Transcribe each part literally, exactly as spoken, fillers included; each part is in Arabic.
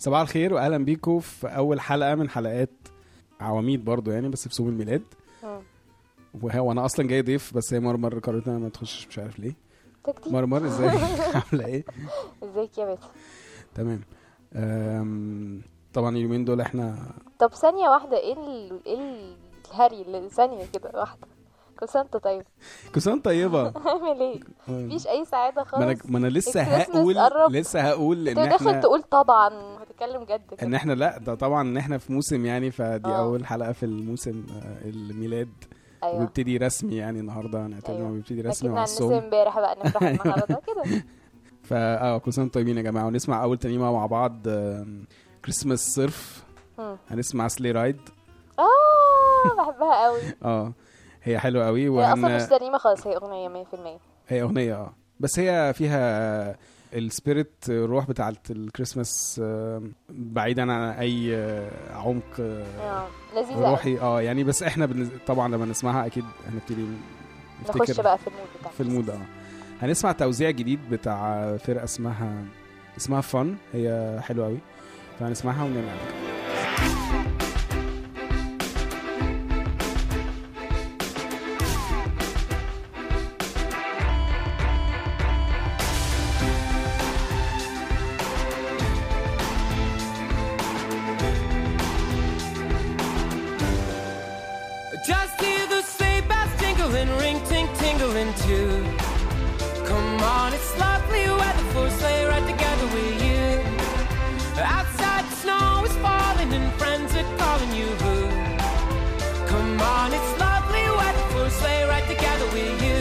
صباح الخير واهلا بيكم في اول حلقه من حلقات عواميد برضو يعني بس في سوق الميلاد. وهو انا اصلا جاي ضيف بس هي مرمر قررت انا ما تخشش مش عارف ليه. مرمر ازاي عامله ايه؟ ازيك يا بنت؟ تمام. طبعا اليومين دول احنا طب ثانيه واحده ايه ال... ايه الهري اللي ثانيه كده واحده. كل سنه وانت طيب. كل سنه طيبه. عامل ايه؟ مفيش اي سعاده خالص. ما انا لسه هقول لسه هقول ان احنا داخل تقول طبعا هتتكلم جد كده. ان احنا لا ده طبعا ان احنا في موسم يعني فدي أوه. اول حلقه في الموسم الميلاد. أيوة. وبيبتدي رسمي يعني النهارده هنعتبر أيوة. بيبتدي رسمي مع الصوم. لكن امبارح بقى نفرح النهارده كده. فا اه كل سنه طيبين يا جماعه. ونسمع اول ترنيمه مع بعض كريسماس صرف. هنسمع سلي رايد. اه بحبها قوي. اه هي حلوه قوي. وهي اصلا مش ترنيمه خالص هي اغنيه مية في المية. هي اغنيه اه بس هي فيها السبيريت الروح بتاعه الكريسماس بعيدا عن اي عمق روحي اه يعني. بس احنا بنز... طبعا لما نسمعها اكيد هنبتدي نفتكر نخش بقى في المود بتاع في المود اه هنسمع توزيع جديد بتاع فرقه اسمها اسمها فن. هي حلوه قوي فهنسمعها ونرجع. Come on, it's lovely weather for a sleigh ride together with you. Outside the snow is falling and friends are calling you boo. Come on, it's lovely weather for a sleigh ride together with you.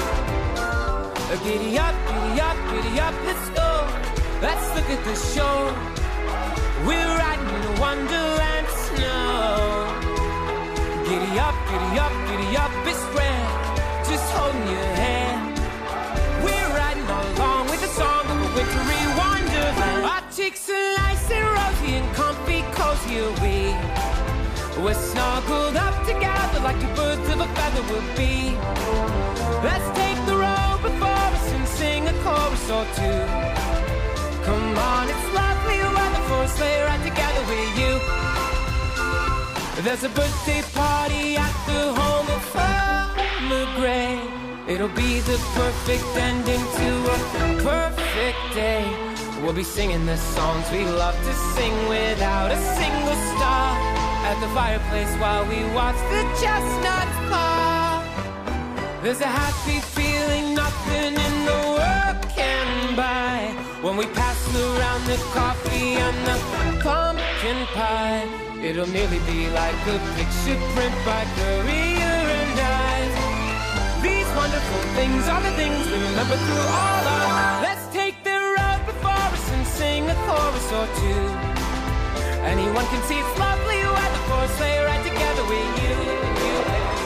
Giddy up, giddy up, giddy up, let's go. Let's look at the show. We're riding in a wonderland of snow. Giddy up, giddy up, giddy up, it's grand. Just holding your hand. We're riding all along with the song of a wintry wonderland. Our cheeks are nice and rosy and comfy, cozy are we. We're snuggled up together like the birds of a feather would be. Let's take the road before us and sing a chorus or two. Come on, it's lovely weather for a sleigh ride together with you. There's a birthday party at the home of Farmer Gray. It'll be the perfect ending to a perfect day. We'll be singing the songs we love to sing without a single stop. At the fireplace while we watch the chestnuts pop. There's a happy feeling nothing in the world can buy. When we pass around the coffee and the pumpkin pie. It'll nearly be like a picture print by Currier and Ives. These wonderful things are the things we remember through all our lives. Let's take the road before us and sing a chorus or two. Anyone can see it's lovely weather for a sleigh ride together with you, you and you.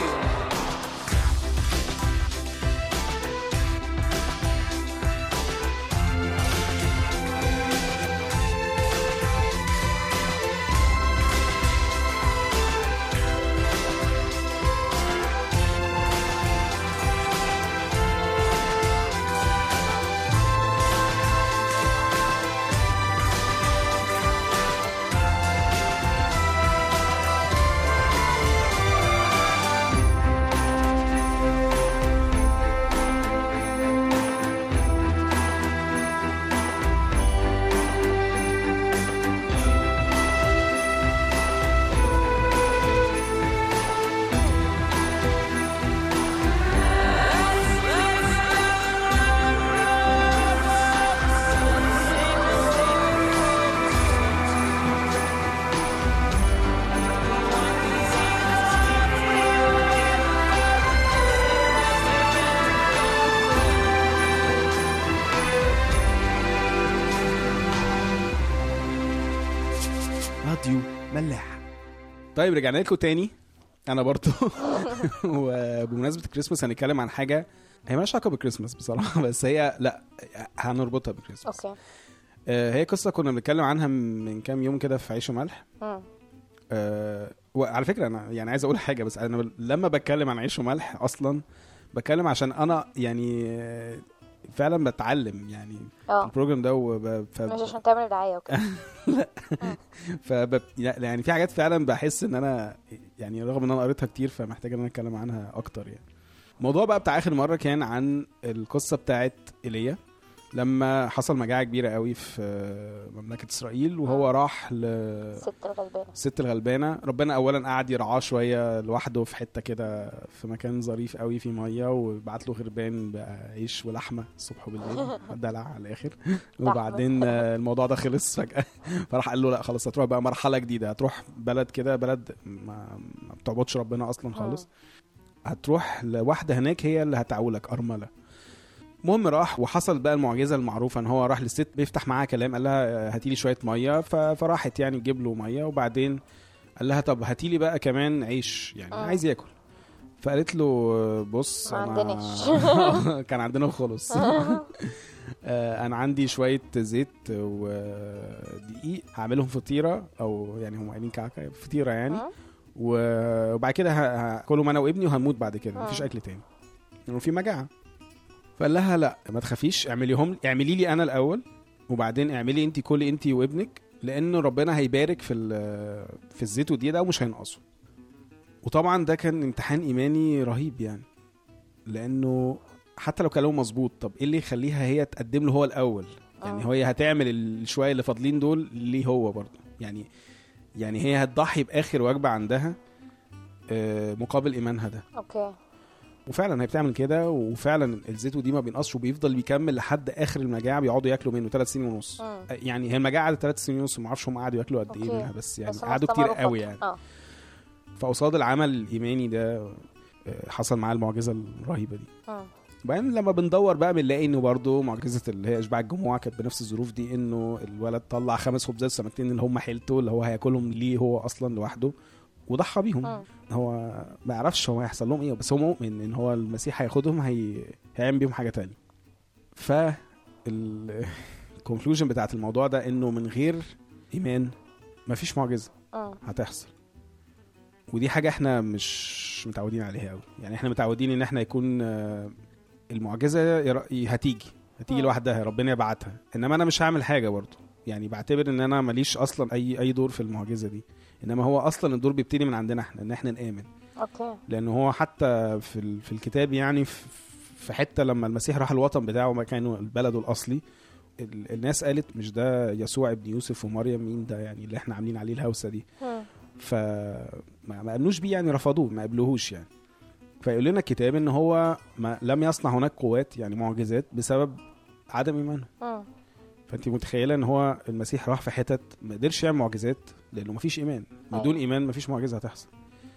راديو ملاح. طيب رجعنا لكم تاني انا برضو. وبمناسبه الكريسماس هنتكلم عن حاجه هي مالهاش علاقه بالكريسماس بصراحه بس هي لا هنربطها بالكريسماس. اوكي. آه هي قصه كنا بنتكلم عنها من كام يوم كده في عيش وملح. آه وعلى فكره انا يعني عايز اقول حاجه بس انا لما بتكلم عن عيش وملح اصلا بتكلم عشان انا يعني فعلا بتعلم يعني أوه. البروجرام ده وب... ف... مش عشان تعمل دعايه وكده. لا فب... يعني في حاجات فعلا بحس ان انا يعني رغم ان انا قريتها كتير فمحتاج ان انا اتكلم عنها اكتر. يعني الموضوع بقى بتاع اخر مره كان عن القصه بتاعت ايليا لما حصل مجاعة كبيرة قوي في مملكة إسرائيل وهو راح لست الغلبانة ست الغلبانة. ربنا أولا قعد يرعاه شوية لوحده في حتة كده في مكان ظريف قوي في مية وبعت له غربان بعيش ولحمة الصبح وبالليل دلع على الآخر. وبعدين الموضوع ده خلص فجأة فراح قال له لا خلاص هتروح بقى مرحلة جديدة, هتروح بلد كده بلد ما, ما بتعبدش ربنا أصلا خالص, هتروح لواحدة هناك هي اللي هتعولك أرملة. مهم راح وحصل بقى المعجزة المعروفة ان هو راح للست بيفتح معاها كلام, قال لها هاتيلي شوية مية, فراحت يعني تجيب له مية, وبعدين قال لها طب هاتيلي بقى كمان عيش يعني آه. عايز ياكل. فقالت له بص ما أنا عندناش كان عندنا خلص انا عندي شوية زيت ودقيق هعملهم فطيرة او يعني هم قايلين كعكة فطيرة يعني, وبعد كده هاكلهم انا وابني وهنموت بعد كده, مفيش اكل تاني وفي مجاعة. فقال لها لا ما تخافيش, اعمليهم اعملي لي انا الاول وبعدين اعملي انت كلي انت وابنك, لان ربنا هيبارك في في الزيت ودي ده ومش هينقصه. وطبعا ده كان امتحان ايماني رهيب يعني, لانه حتى لو كلامه مظبوط طب ايه اللي يخليها هي تقدم له هو الاول يعني, هي هتعمل الشويه اللي فاضلين دول ليه هو برضه يعني, يعني هي هتضحي باخر وجبه عندها مقابل ايمانها ده. اوكي. وفعلا هي بتعمل كده, وفعلا الزيت دي ما بينقصش وبيفضل بيكمل لحد اخر المجاعه, بيقعدوا ياكلوا منه ثلاث سنين ونص. م. يعني هي المجاعه قعدت ثلاث سنين ونص, ما اعرفش هم قعدوا ياكلوا قد ايه منها, بس يعني قعدوا كتير قوي يعني. اه فقصاد العمل الايماني ده حصل معاه المعجزه الرهيبه دي. اه وبعدين لما بندور بقى بنلاقي انه برضو معجزه اللي هي اشباع الجموع كانت بنفس الظروف دي, انه الولد طلع خمس خبزات وسمكتين اللي هم حيلته اللي هو هياكلهم ليه هو اصلا لوحده, وضحى بيهم. م. هو ما يعرفش هو هيحصل لهم ايه, بس هو مؤمن ان هو المسيح هياخدهم هي... هيعمل بيهم حاجه تانية. ف الكونكلوجن بتاعت الموضوع ده انه من غير ايمان مفيش معجزه م. هتحصل, ودي حاجه احنا مش متعودين عليها قوي يعني. احنا متعودين ان احنا يكون المعجزه هتيجي هتيجي لوحدها, ربنا يبعتها, انما انا مش هعمل حاجه برضو يعني, بعتبر ان انا ماليش اصلا اي اي دور في المعجزه دي, انما هو اصلا الدور بيبتدي من عندنا احنا, ان احنا نآمن. اوكي. لانه هو حتى في في الكتاب يعني في حته لما المسيح راح الوطن بتاعه مكانه بلده الاصلي, الناس قالت مش ده يسوع ابن يوسف ومريم, مين ده يعني اللي احنا عاملين عليه الهوسه دي؟ فما ما امنوش بيه يعني, رفضوه ما قبلوهوش يعني. فيقول لنا الكتاب ان هو ما لم يصنع هناك قوات يعني معجزات بسبب عدم ايمانهم. فانت متخيله ان هو المسيح راح في حتت ما قدرش يعمل معجزات لانه ما فيش ايمان, بدون ايمان ما فيش معجزه هتحصل.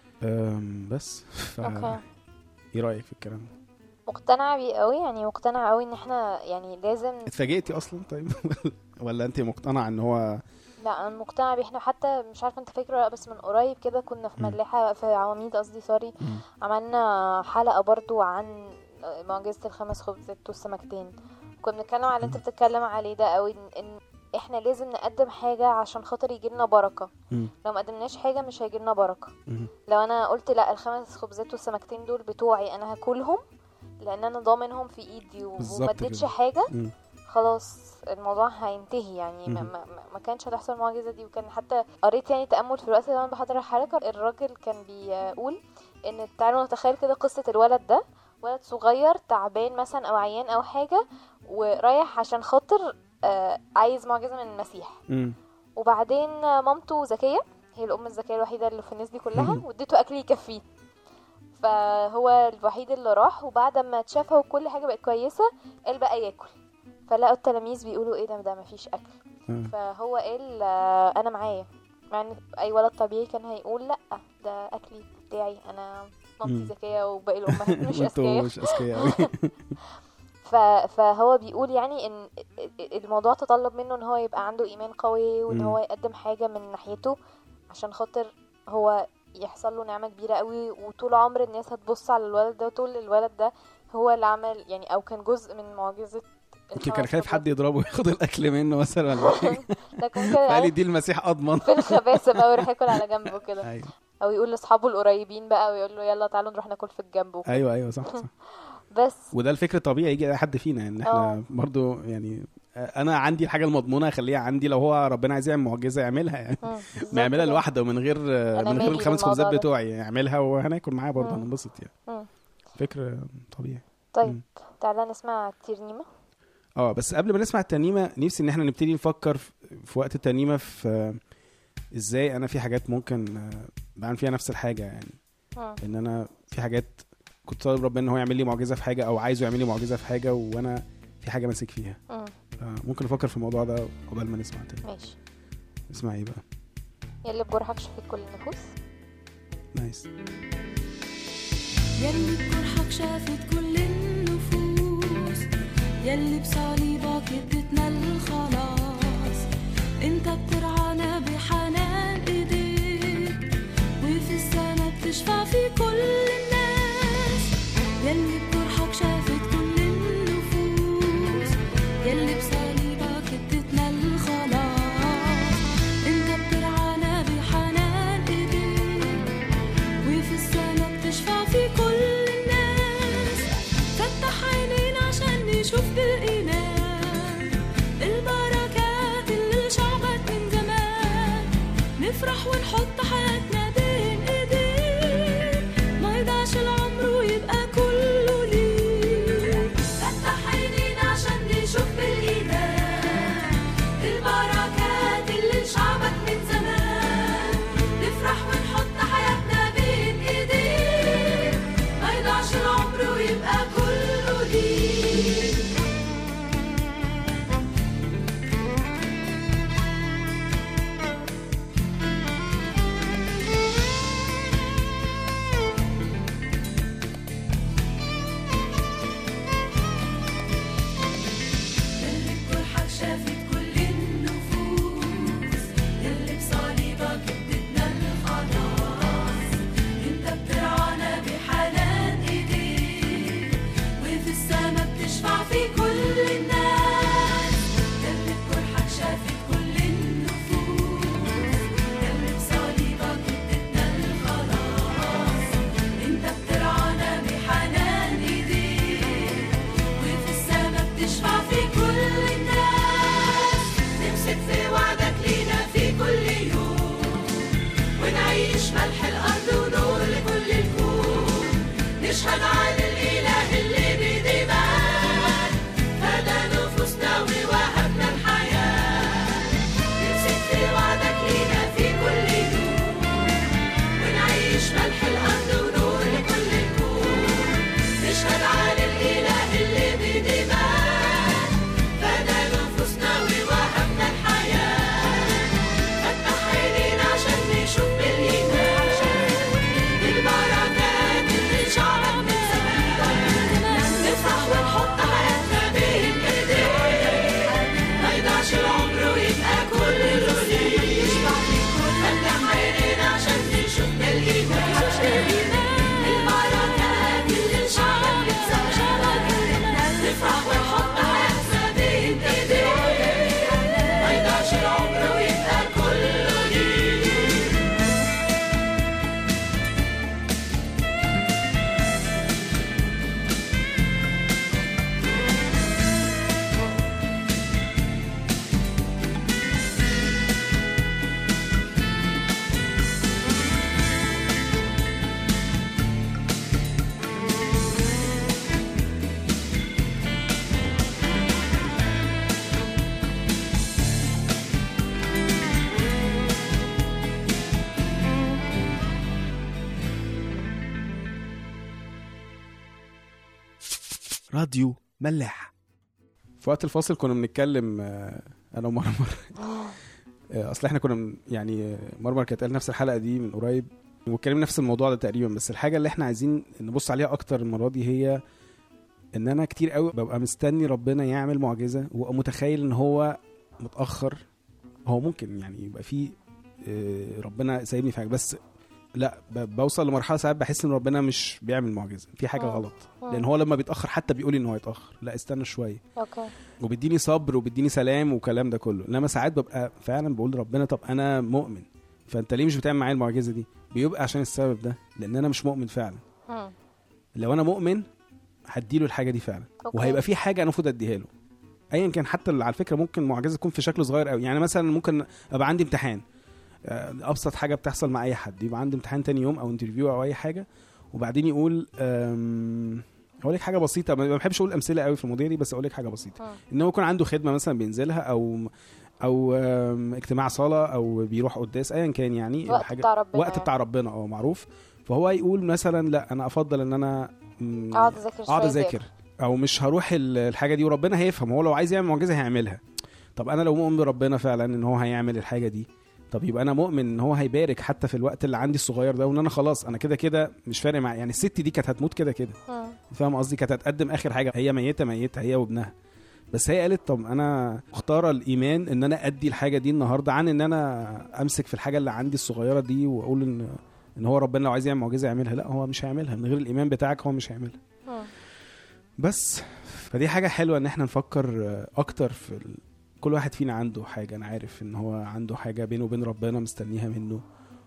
بس ف... ايه رايك في الكلام ده؟ مقتنعه بيه قوي يعني, مقتنعه قوي ان احنا يعني لازم. اتفاجئتي اصلا طيب ولا انت مقتنعه ان هو؟ لا انا مقتنعه بيه. احنا حتى مش عارفه انت فاكره بس من قريب كده كنا في ملاحه في عواميد قصدي سوري م. عملنا حلقه برضو عن معجزه الخمس خبزات والسمكتين, كنا بنتكلم على اللي انت بتتكلم عليه ده قوي, ان احنا لازم نقدم حاجه عشان خاطر يجي لنا بركه. م. لو ما قدمناش حاجه مش هيجي لنا بركه. م. لو انا قلت لا الخمس خبزات والسمكتين دول بتوعي انا هاكلهم لان انا ضامنهم في ايدي وما اديتش حاجه, م. خلاص الموضوع هينتهي يعني. م. ما, ما, ما كانش هتحصل المعجزه دي. وكان حتى قريت يعني تامل في الوقت ده انا بحضر الحلقه, الراجل كان بيقول ان تعالوا نتخيل كده قصه الولد ده, ولد صغير تعبان مثلا او عيان او حاجه, ورايح عشان خاطر آه عايز معجزه من المسيح. م. وبعدين مامته ذكيه, هي الام الذكيه الوحيده اللي في الناس دي كلها, واديته اكل يكفيه, فهو الوحيد اللي راح. وبعد ما اتشافها وكل حاجه بقت كويسه قال بقى ياكل, فلقوا التلاميذ بيقولوا ايه ده ده مفيش اكل. م. فهو قال آه انا معايا, مع ان اي ولد طبيعي كان هيقول لا ده اكلي بتاعي, انا مامتي ذكيه وباقي الامهات مش اذكياء مش اذكياء فهو بيقول يعني ان الموضوع تطلب منه ان هو يبقى عنده ايمان قوي, وان هو يقدم حاجه من ناحيته عشان خاطر هو يحصل له نعمه كبيره قوي. وطول عمر الناس هتبص على الولد ده, طول الولد ده هو اللي عمل يعني, او كان جزء من معجزه. يمكن كان خايف حد يضربه وياخد الاكل منه مثلا ولا حاجه, لكن كده قال دي المسيح اضمن في الخباثه بقى ويروح ياكل على جنبه كده, او يقول لاصحابه القريبين بقى ويقول له يلا تعالوا نروح ناكل في الجنب. ايوه ايوه صح صح. بس وده الفكر الطبيعي يجي حد فينا ان احنا أوه. برضو يعني انا عندي الحاجه المضمونه اخليها عندي، لو هو ربنا عايز يعمل معجزه يعملها يعني ما يعملها لوحده ومن غير من غير الخمس خبزات بتوعي يعملها وهناكل معاه برضه هننبسط يعني. مم. فكر طبيعي. طيب تعالى نسمع الترنيمه. اه بس قبل ما نسمع الترنيمه نفسي ان احنا نبتدي نفكر في وقت الترنيمه في ازاي انا في حاجات ممكن بعمل فيها نفس الحاجه يعني. مم. ان انا في حاجات كنت طالب ربنا ان هو يعمل لي معجزه في حاجه او عايزه يعمل لي معجزه في حاجه وانا في حاجه ماسك فيها. ممكن نفكر في الموضوع ده قبل ما نسمع تاني. ماشي نسمع ايه بقى؟ يلي بجرحك شفت كل النفوس. نايس. يلي بجرحك شافت كل النفوس، يلي بصليبك ادتنا الخلاص، انت بترعانا بحنان ايديك وفي السما بتشفع في كل الناس. يلي بجرحك شافت كل النفوس، يلي بصليبك ادتنا الخلاص، انت بترعانا بحنان ايديك وفي السما بتشفع في كل الناس. فتح عينينا عشان نشوف بالايمان البركات اللي لشعبك من زمان، نفرح ونحط حياتنا بين ايديك، ما يضيعش العمر ويبقى كله ليك. فتح عينينا عشان نشوف بالايمان البركات اللي لشعبك من زمان، نفرح ونحط حياتنا بين ايديك، ما يضيعش العمر ويبقى كله ليك. يلي بجرحك شافت كل النفوس، يلي بصليبك ادتنا الخلاص، انت بترعانا بحنان ايديك وفي السما بتشفع في كل الناس. يلي بجرحك شافت كل النفوس، يلي بصليبك ادتنا الخلاص، انت بترعانا بحنان ايديك وفي السما بتشفع في كل الناس. نمسك في وعدك لينا في كل يوم ونعيش ملح الارض ونور لكل الكون، نشهد عن الاله اللي بدماء فدى نفوسنا ووهبنا الحياه. نمسك في وعدك لينا في كل يوم ونعيش ملح الارض ونور لكل الكون، نشهد عن الاله اللي بدماء فدى نفوسنا ووهبنا الحياه. فتح عينينا عشان نشوف بالايمان البركات اللي شعبك من زمان، نفرح ونحط حياتنا بين ايديك، ما يضيعش العمر ويبقى كله ليك. فتح عينينا عشان نشوف بالايمان البركات اللي شعبك من زمان، نفرح ونحط حياتنا بين ايديك، ما يضيعش العمر ويبقى كله ليك. راديو ملاح. في وقت الفاصل كنا بنتكلم انا ومرمر اصل احنا كنا يعني مرمر كانت قال نفس الحلقه دي من قريب واتكلمنا نفس الموضوع ده تقريبا، بس الحاجه اللي احنا عايزين نبص عليها اكتر المره دي هي ان انا كتير قوي ببقى مستني ربنا يعمل معجزه ومتخيل ان هو متاخر. هو ممكن يعني يبقى فيه ربنا سايبني في حاجه، بس لا بوصل لمرحله ساعات بحس ان ربنا مش بيعمل معجزه، في حاجه أوه. غلط. لان هو لما بيتاخر حتى بيقول ان هو يتاخر، لا استنى شويه اوكي، وبيديني صبر وبيديني سلام والكلام ده كله. انما ساعات ببقى فعلا بقول ربنا طب انا مؤمن، فانت ليه مش بتعمل معايا المعجزه دي؟ بيبقى عشان السبب ده، لان انا مش مؤمن فعلا. لو انا مؤمن هديله الحاجه دي فعلا. أوكي. وهيبقى في حاجه انا المفروض اديها له ايا كان. حتى على فكره ممكن معجزه تكون في شكل صغير قوي. يعني مثلا ممكن ابقى عندي امتحان، ابسط حاجه بتحصل مع اي حد، يبقى عندي امتحان تاني يوم او انترفيو او اي حاجه، وبعدين يقول اقول لك حاجه بسيطه، ما بحبش اقول امثله قوي في المواضيع دي، بس اقول لك حاجه بسيطه. ان هو يكون عنده خدمه مثلا بينزلها او او اجتماع صلاه او بيروح قداس ايا كان، يعني وقت بتاع ربنا، وقت بتاع ربنا اه معروف. فهو يقول مثلا لا انا افضل ان انا اقعد اذاكر اقعد اذاكر او مش هروح الحاجه دي، وربنا هيفهم. هو لو عايز يعمل معجزه هيعملها. طب انا لو مؤمن بربنا فعلا ان هو هيعمل الحاجه دي، طب يبقى انا مؤمن ان هو هيبارك حتى في الوقت اللي عندي الصغير ده، وان انا خلاص انا كده كده مش فارق معايا. يعني الست دي كانت هتموت كده كده، فاهم قصدي؟ كانت هتقدم اخر حاجه، هي ميته ميته هي وابنها، بس هي قالت طب انا اختار الايمان ان انا ادي الحاجه دي النهارده عن ان انا امسك في الحاجه اللي عندي الصغيره دي واقول ان ان هو ربنا لو عايز يعمل معجزه يعملها. لا هو مش هيعملها من غير الايمان بتاعك، هو مش هيعملها. بس فدي حاجه حلوه ان احنا نفكر اكتر في ال... كل واحد فينا عنده حاجه، انا عارف ان هو عنده حاجه بينه وبين ربنا مستنيها منه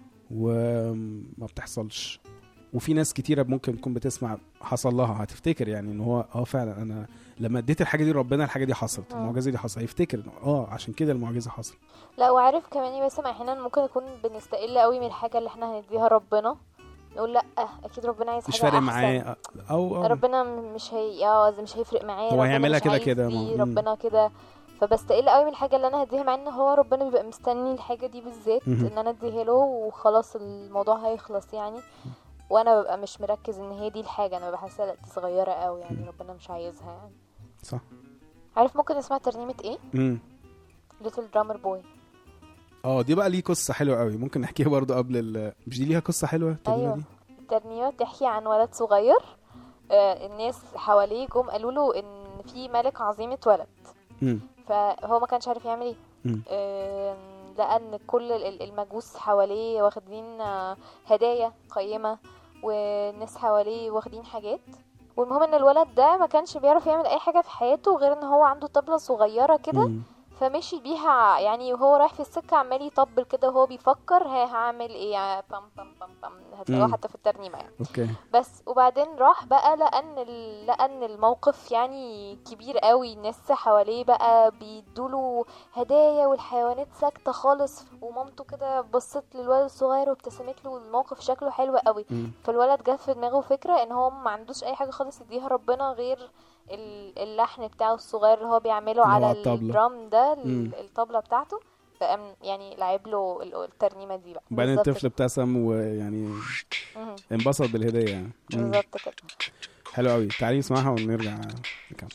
وما بتحصلش. وفي ناس كتيره ممكن تكون بتسمع حصل لها هتفتكر يعني ان هو اه فعلا انا لما اديت الحاجه دي ربنا الحاجه دي حصلت، المعجزه دي حصلت، هيفتكر اه عشان كده المعجزه حصلت. لا وعارف كمان بس احيانا ممكن نكون بنستقل قوي من الحاجه اللي احنا هنديها ربنا، نقول لا اكيد ربنا عايز حاجه مش فارق معاه او, أو ربنا مش هي اه مش هيفرق معاه، هو هيعملها كده كده ربنا كده. فبستقل قوي من الحاجه اللي انا هديها، مع ان هو ربنا بيبقى مستني الحاجه دي بالذات ان انا اديها له وخلاص الموضوع هيخلص يعني. وانا ببقى مش مركز ان هي دي الحاجه، انا بحسها لا دي صغيره قوي يعني ربنا مش عايزها يعني. صح. عارف ممكن اسمها ترنيمه ايه؟ امم ليتل درامر بوي. اه دي بقى ليه قصه حلوه قوي، ممكن نحكيها برضو قبل ال... مش دي ليها قصه حلوه الترنيمه أيوة. دي؟ الترنيمه بتحكي عن ولد صغير، آه الناس حواليه جم قالوا له ان في ملك عظيم اتولد. امم فهو ما كانش عارف يعمل ايه، آه لان كل المجوس حواليه واخدين هدايا قيمه والناس حواليه واخدين حاجات. والمهم ان الولد ده ما كانش بيعرف يعمل اي حاجه في حياته غير ان هو عنده طبله صغيره كده، فمشي بيها يعني وهو رايح في السكه عمال يطبل كده وهو بيفكر ها هعمل ايه بام بام بام بام هتلاقوه حتى في الترنيمه يعني. اوكي. بس وبعدين راح بقى لان لان الموقف يعني كبير قوي، الناس حواليه بقى بيدوله هدايا والحيوانات ساكته خالص، ومامته كده بصت للولد الصغير وابتسمت له، الموقف شكله حلو قوي. م. فالولد جه في دماغه فكره ان هو ما عندوش اي حاجه خالص يديها ربنا غير اللحن بتاعه الصغير اللي هو بيعمله على الدرام ده، الطبلة بتاعته، فقام يعني لعب له الترنيمة دي بقى. وبعدين الطفل ابتسم ويعني انبسط بالهدية يعني. بالظبط كده. حلو قوي. تعالي نسمعها ونرجع نكمل.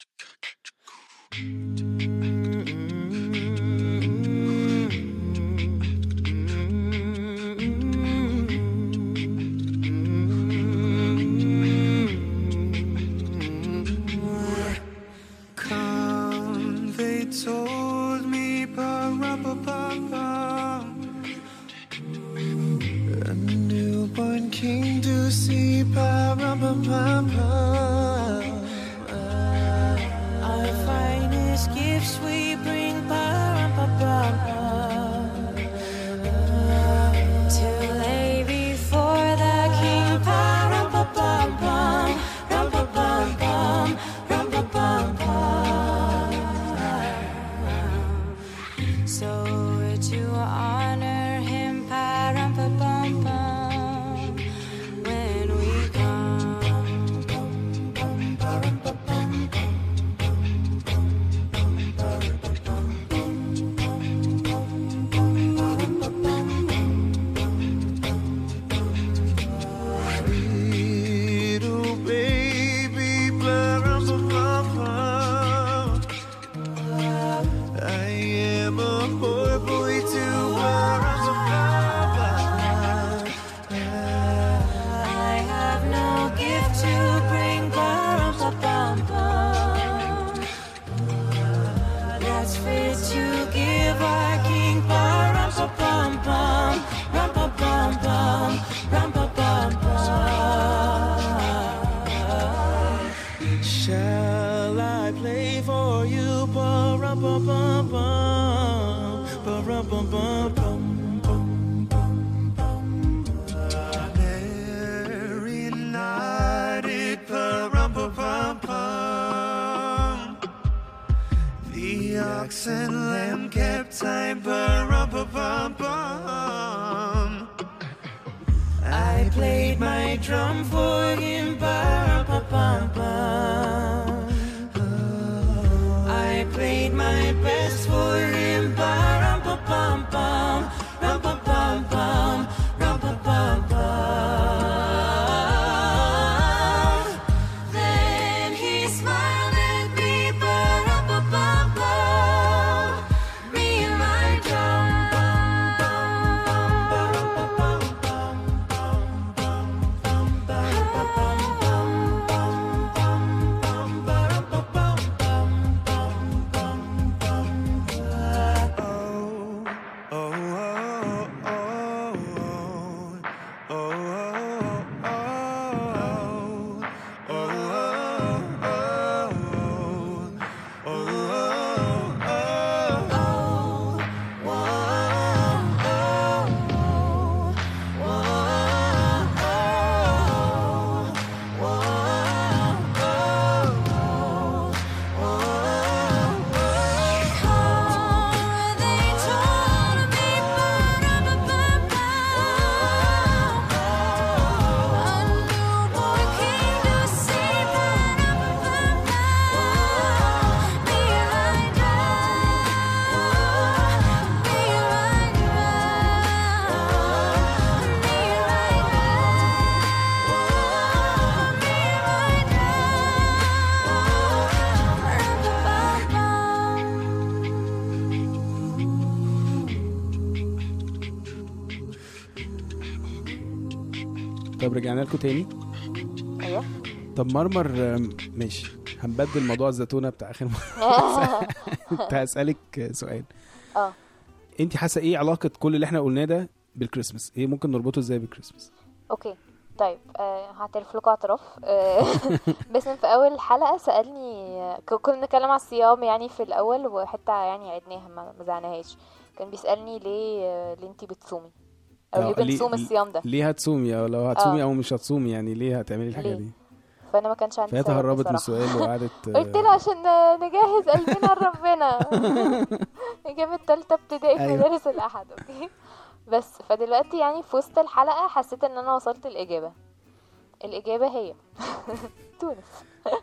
Our finest gifts we bring to lay before the King. So to honor him, when we Mary lighted, pa-rum-pa-pum. ox and lamb kept time, ba-rum-pa-pum-pum. I played my drum for him, ba-rum-pa-pum-pum. I played my best for him, ba-rum-pa-pum-pum, rum-pa-pum-pum, rum-pa-pum-pum. Then he smiled at me, ba-rum-pa-pum-pum, me and my drum, طب رجعنا لكم تاني. ايوه. طب مرمر ماشي، هنبدل موضوع الزيتونه بتاع اخر مره. كنت هسألك سؤال. اه انت حاسه ايه علاقه كل اللي احنا قلناه ده بالكريسماس؟ ايه ممكن نربطه ازاي بالكريسماس؟ اوكي طيب آه هعترف لكم اعتراف. آه بس في اول حلقه سالني، ك- كنا نتكلم على الصيام يعني في الاول، وحتى يعني عدناها ما ما زعناهاش. كان بيسالني ليه آه، ليه انتي بتصومي او ليه آه، ليه- بنصوم الصيام ده. ليه هتصومي، او لو هتصومي آه. او مش هتصومي، يعني ليه هتعملي الحاجه ليه؟ دي؟ فانا ما كانش عندي فهي سبب تهربت من بصراحة. السؤال وقعدت قلت له عشان نجهز قلبنا لربنا. اجابه التالتة ابتدائي في أيوة. مدارس الاحد. اوكي بس فدلوقتي يعني في وسط الحلقه حسيت ان انا وصلت الاجابه. الاجابه هي تونس.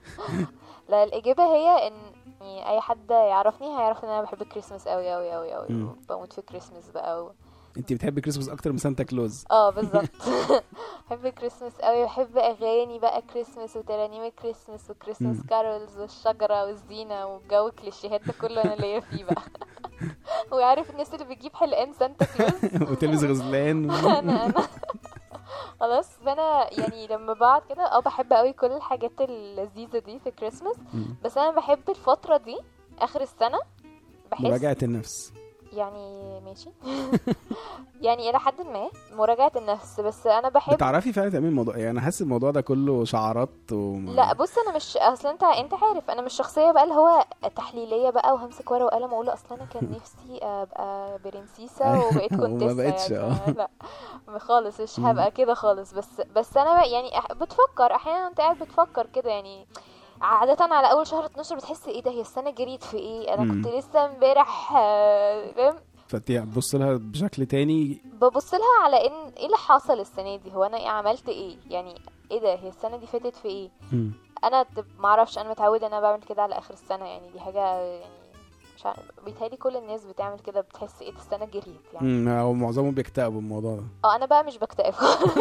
لا الاجابه هي ان يعني اي حد يعرفني هيعرف ان انا بحب الكريسماس قوي قوي قوي قوي. مم. بموت في الكريسماس بقى و... انت بتحبي كريسماس اكتر من سانتا كلوز؟ اه بالظبط. بحب الكريسماس قوي، بحب اغاني بقى كريسماس وترانيم الكريسماس وكريسماس مم. كارولز والشجره والزينه والجو الكليشيهات ده كله انا ليا فيه بقى. وعارف الناس اللي بتجيب حلقان سانتا كلوز. وتلبس غزلان. انا انا خلاص. فانا يعني لما بقعد كده اه بحب قوي كل الحاجات اللذيذه دي في كريسماس. مم. بس انا بحب الفتره دي اخر السنه، بحس مراجعه النفس. يعني ماشي. يعني الى حد ما مراجعه النفس. بس انا بحب بتعرفي فعلا تعملي الموضوع؟ يعني انا حاسس الموضوع ده كله شعارات و... لا بص انا مش اصلا انت انت عارف انا مش شخصيه بقى اللي هو تحليليه بقى وهمسك ورقه وقلم واقول اصلا انا كان نفسي ابقى برنسيسه وبقيت وما كونتيسه بقتش، يعني اه. لا خالص مش مم. هبقى كده خالص. بس بس انا بقى يعني أح- بتفكر احيانا، انت قاعد بتفكر كده يعني عادة على أول شهر اتناشر بتحس ايه ده، هي السنة جريت في ايه، أنا مم. كنت لسه امبارح آه، فاهم. فانتي هتبص لها بشكل تاني. ببص لها على ان ايه اللي حصل السنة دي، هو انا ايه عملت ايه يعني، ايه ده هي السنة دي فاتت في ايه. مم. انا تب- معرفش، انا متعودة ان انا بعمل كده على اخر السنة يعني، دي حاجة يعني مش عارف، بيتهيألي كل الناس بتعمل كده، بتحس ايه السنة جريت يعني. امم هو معظمهم بيكتئبوا الموضوع ده. اه انا بقى مش بكتئب.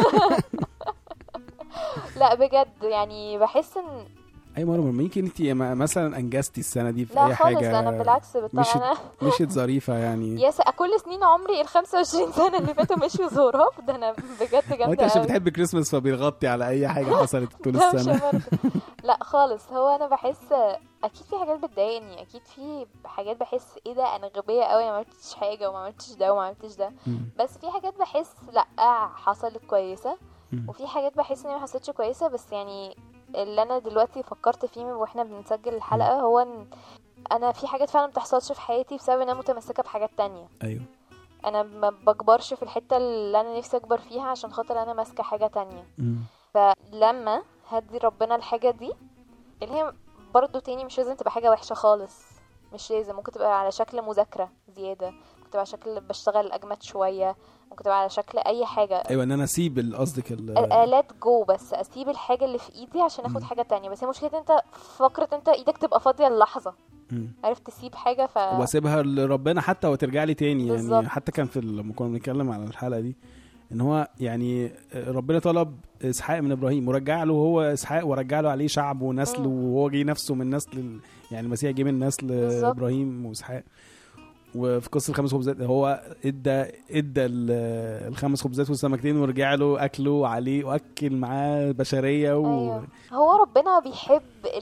لا بجد يعني بحس ان اي مره ممكن انت مثلا انجزتي السنه دي في لا اي خالص حاجه؟ انا بالعكس بتاع مشيت انا مشيت ظريفه يعني. يا س... كل سنين عمري ال خمسة وعشرين سنة اللي فاتوا مشوا ظراف، ده انا بجد هو جامدة انت عشان قوي. بتحب كريسماس فبيغطي على اي حاجه حصلت طول لا مش السنه. برضه. لا خالص، هو انا بحس اكيد في حاجات بتضايقني، اكيد في حاجات بحس ايه ده انا غبية قوي، ما عملتش حاجة وما عملتش ده وما عملتش ده. مم. بس في حاجات بحس لا حصلت كويسة، مم. وفي حاجات بحس اني ما حصلتش كويسة. بس يعني اللي انا دلوقتي فكرت فيه واحنا بنسجل الحلقة هو ان انا في حاجات فعلا بتحصلش في حياتي بسبب ان انا متمسكة بحاجات تانية. ايوه. انا ما بكبرش في الحتة اللي انا نفسي اكبر فيها عشان خاطر انا ماسكة حاجة تانية. مم. فلما هدي ربنا الحاجة دي اللي هي برضو تاني مش لازم تبقى حاجة وحشة خالص، مش لازم، ممكن تبقى على شكل مذاكره زياده، ممكن تبقى على شكل بشتغل اجمد شويه، ممكن تبقى على شكل اي حاجه. ايوه ان انا اسيب قصدك الالات جو، بس اسيب الحاجه اللي في ايدي عشان اخد حاجه تانية. بس هي مشكله انت فكره انت ايدك تبقى فاضيه اللحظه، عرفت تسيب حاجه ف واسيبها لربنا حتى وترجع لي تاني. يعني بالزبط. حتى كان في لما كنا بنتكلم على الحلقه دي ان هو يعني ربنا طلب اسحاق من ابراهيم ورجع له هو اسحاق ورجع له عليه شعب ونسل، وهو جه نفسه من نسل يعني المسيح جه من نسل بالزبط. ابراهيم واسحاق. وفي قصه الخمس خبزات هو ادى ادى الخمس خبزات والسمكتين ورجع له اكله عليه واكل معاه بشريه و... أيوة. هو ربنا بيحب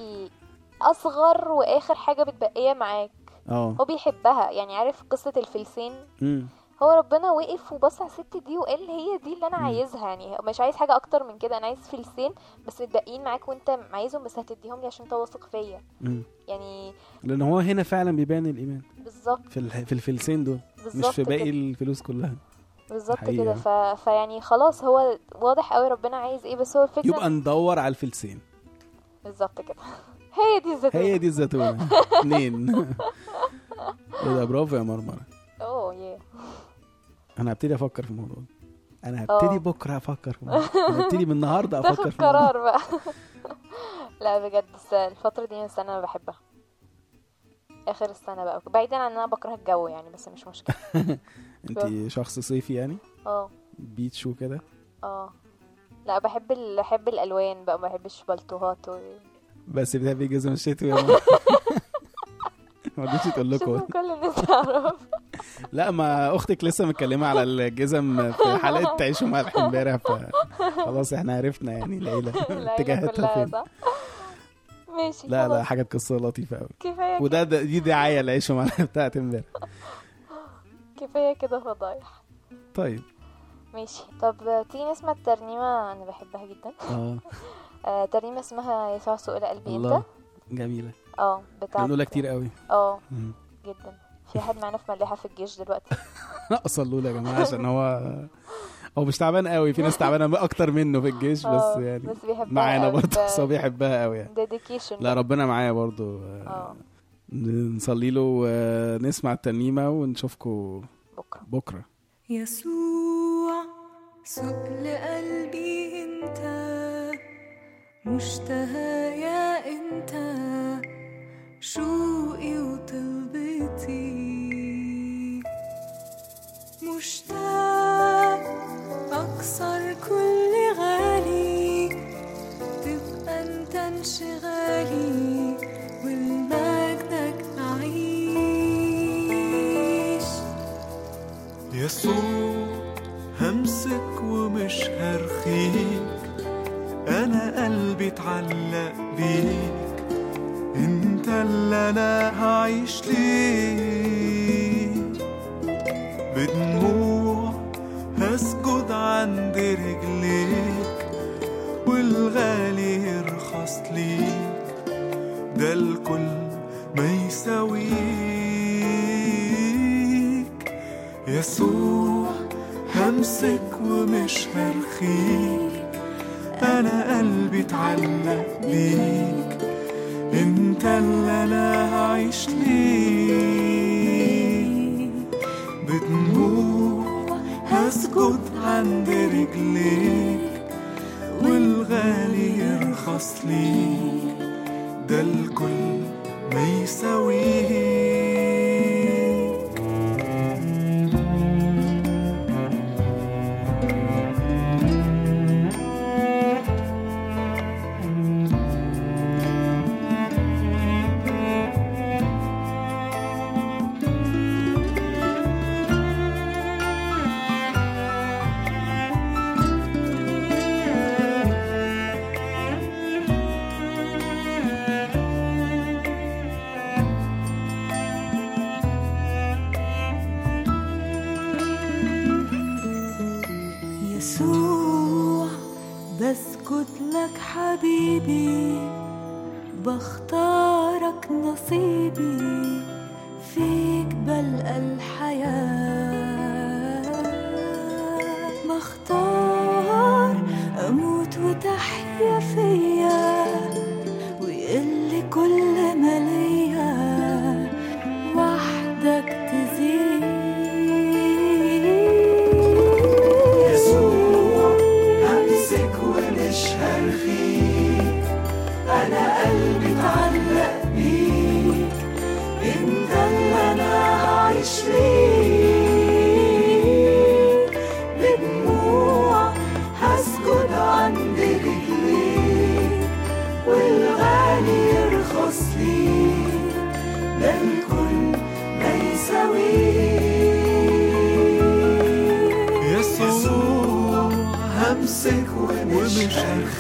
الاصغر واخر حاجه بتبقيه معاك. اه هو بيحبها. يعني عارف قصه الفلسين؟ امم هو ربنا وقف وبص على الست دي وقال هي دي اللي انا عايزها. يعني مش عايز حاجه اكتر من كده، انا عايز فلسين بس متبقيين معاك وانت عايزهم، بس هتديهم لي عشان انت واثق فيا. يعني لان هو هنا فعلا بيبان الايمان بالظبط في في الفلسين دول، مش في باقي كده. الفلوس كلها بالظبط كده. ف... فيعني خلاص هو واضح قوي ربنا عايز ايه، بس هو الفكره يبقى ندور على الفلسين. بالظبط كده. هي دي الزيتونه، هي دي الزيتونه اتنين. ايه ده، برافو يا مرمره. اوه ياه. انا هبتدي افكر في الموضوع. انا هبتدي بكره افكر في الموضوع. انا هبتدي من النهارده افكر في الموضوع. قرار بقى. لا بجد الفتره دي من السنه انا بحبها، اخر السنه بقى، بعيدا عن ان انا بكره الجو يعني، بس مش مشكله. انت شخص صيفي يعني؟ اه بيتش وكده. اه لا بحب ال... بحب الالوان بقى، ما بحبش بلطوهات و... بس بتحبي جزم الشتوي يا ماما؟ ما رضيتش تقول لكم كل الناس تعرف. لا ما اختك لسه متكلمه على الجزم في حلقه تعيشوا مع امبارح، فخلاص احنا عرفنا يعني العيله اتجاهاتها فين. ماشي لا لا حاجه قصه لطيفه قوي كفايه، وده دي دعايه لعيشوا مع بتاعت امبارح. كفايه كده فضايح. طيب ماشي، طب تيجي نسمع الترنيمه انا بحبها جدا. اه آه ترنيمه اسمها يسوع سؤال قلبي الله. انت جميله. اه بتاعت بنقولها كتير قوي. اه جدا. في حد معانا في ملاحه في الجيش دلوقتي. صلوا له يا جماعه عشان هو هو مش تعبان قوي، في ناس تعبانه اكتر منه في الجيش بس يعني بس بيحبها معانا برضه، بس هو بيحبها قوي يعني. ديديكيشن. لا ربنا معايا برضه. اه نصلي له ونسمع الترنيمه ونشوفكم بكره بكره. يسوع سؤل قلبي انت، مشتهى يا انت، شوقي وطلبتي، مشتاق اكسر كل غالي، تبقى انت انشغالي والمجدك اعيش. يسوع همسك ومش هرخيك، انا قلبي اتعلق بيك، انت اللي انا هعيش ليك، بدموع هسجد عند رجليك، والغالي يرخص ليك، ده الكل ما يساويك. يسوع همسك ومش هرخيك، انا قلبي اتعلق بيك، انت اللي انا هعيش ليك، بدموع هسجد عند رجليك، والغالي يرخص ليك، ده الكل ما يساويك. حبيبي بختارك نصيبي، فيك بلقى الحياة، بختار أموت وتحيا فيا، ويقلي كل ما ليا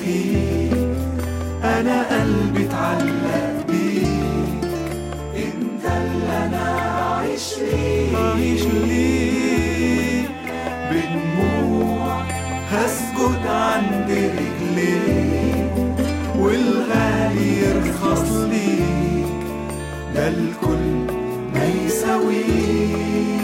أخيك، أنا قلبي اتعلق بيك، انت اللي أنا عايش ليك، عايش ليك. بدموع هسجد عند رجليك، والغالي يرخص ليك، ده الكل ما يساويك.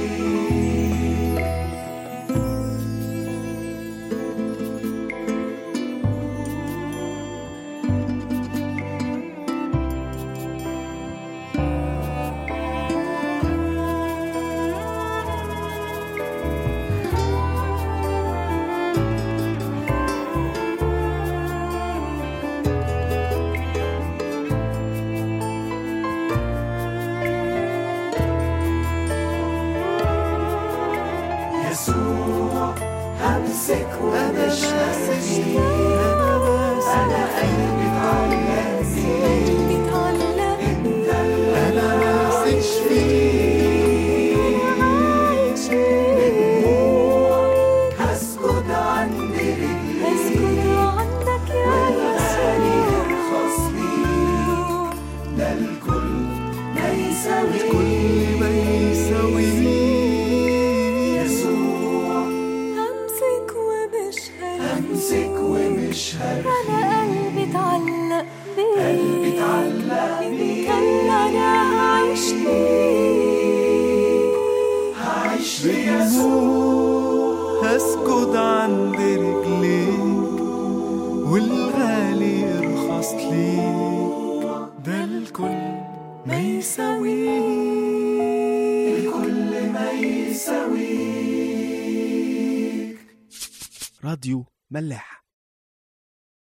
يسوع همسك ومش هسيبك، أنا قلبي اتعلق بيك، انت اللي أنا عايش فيك. بدموع هسجد عند رجليك، والغالي يرخص ليك، ده الكل ما يساويك، الكل ما يساويك. همسك ومش هرخيك، أنا قلبي اتعلق بيك، قلبي اتعلق بيك، انت اللي أنا هعيش ليك، هعيش ليسوع. هسجد عند رجليك، والغالي يرخص ليك، ده الكل ما يساويك، الكل ما يساويك. راديو ملاح.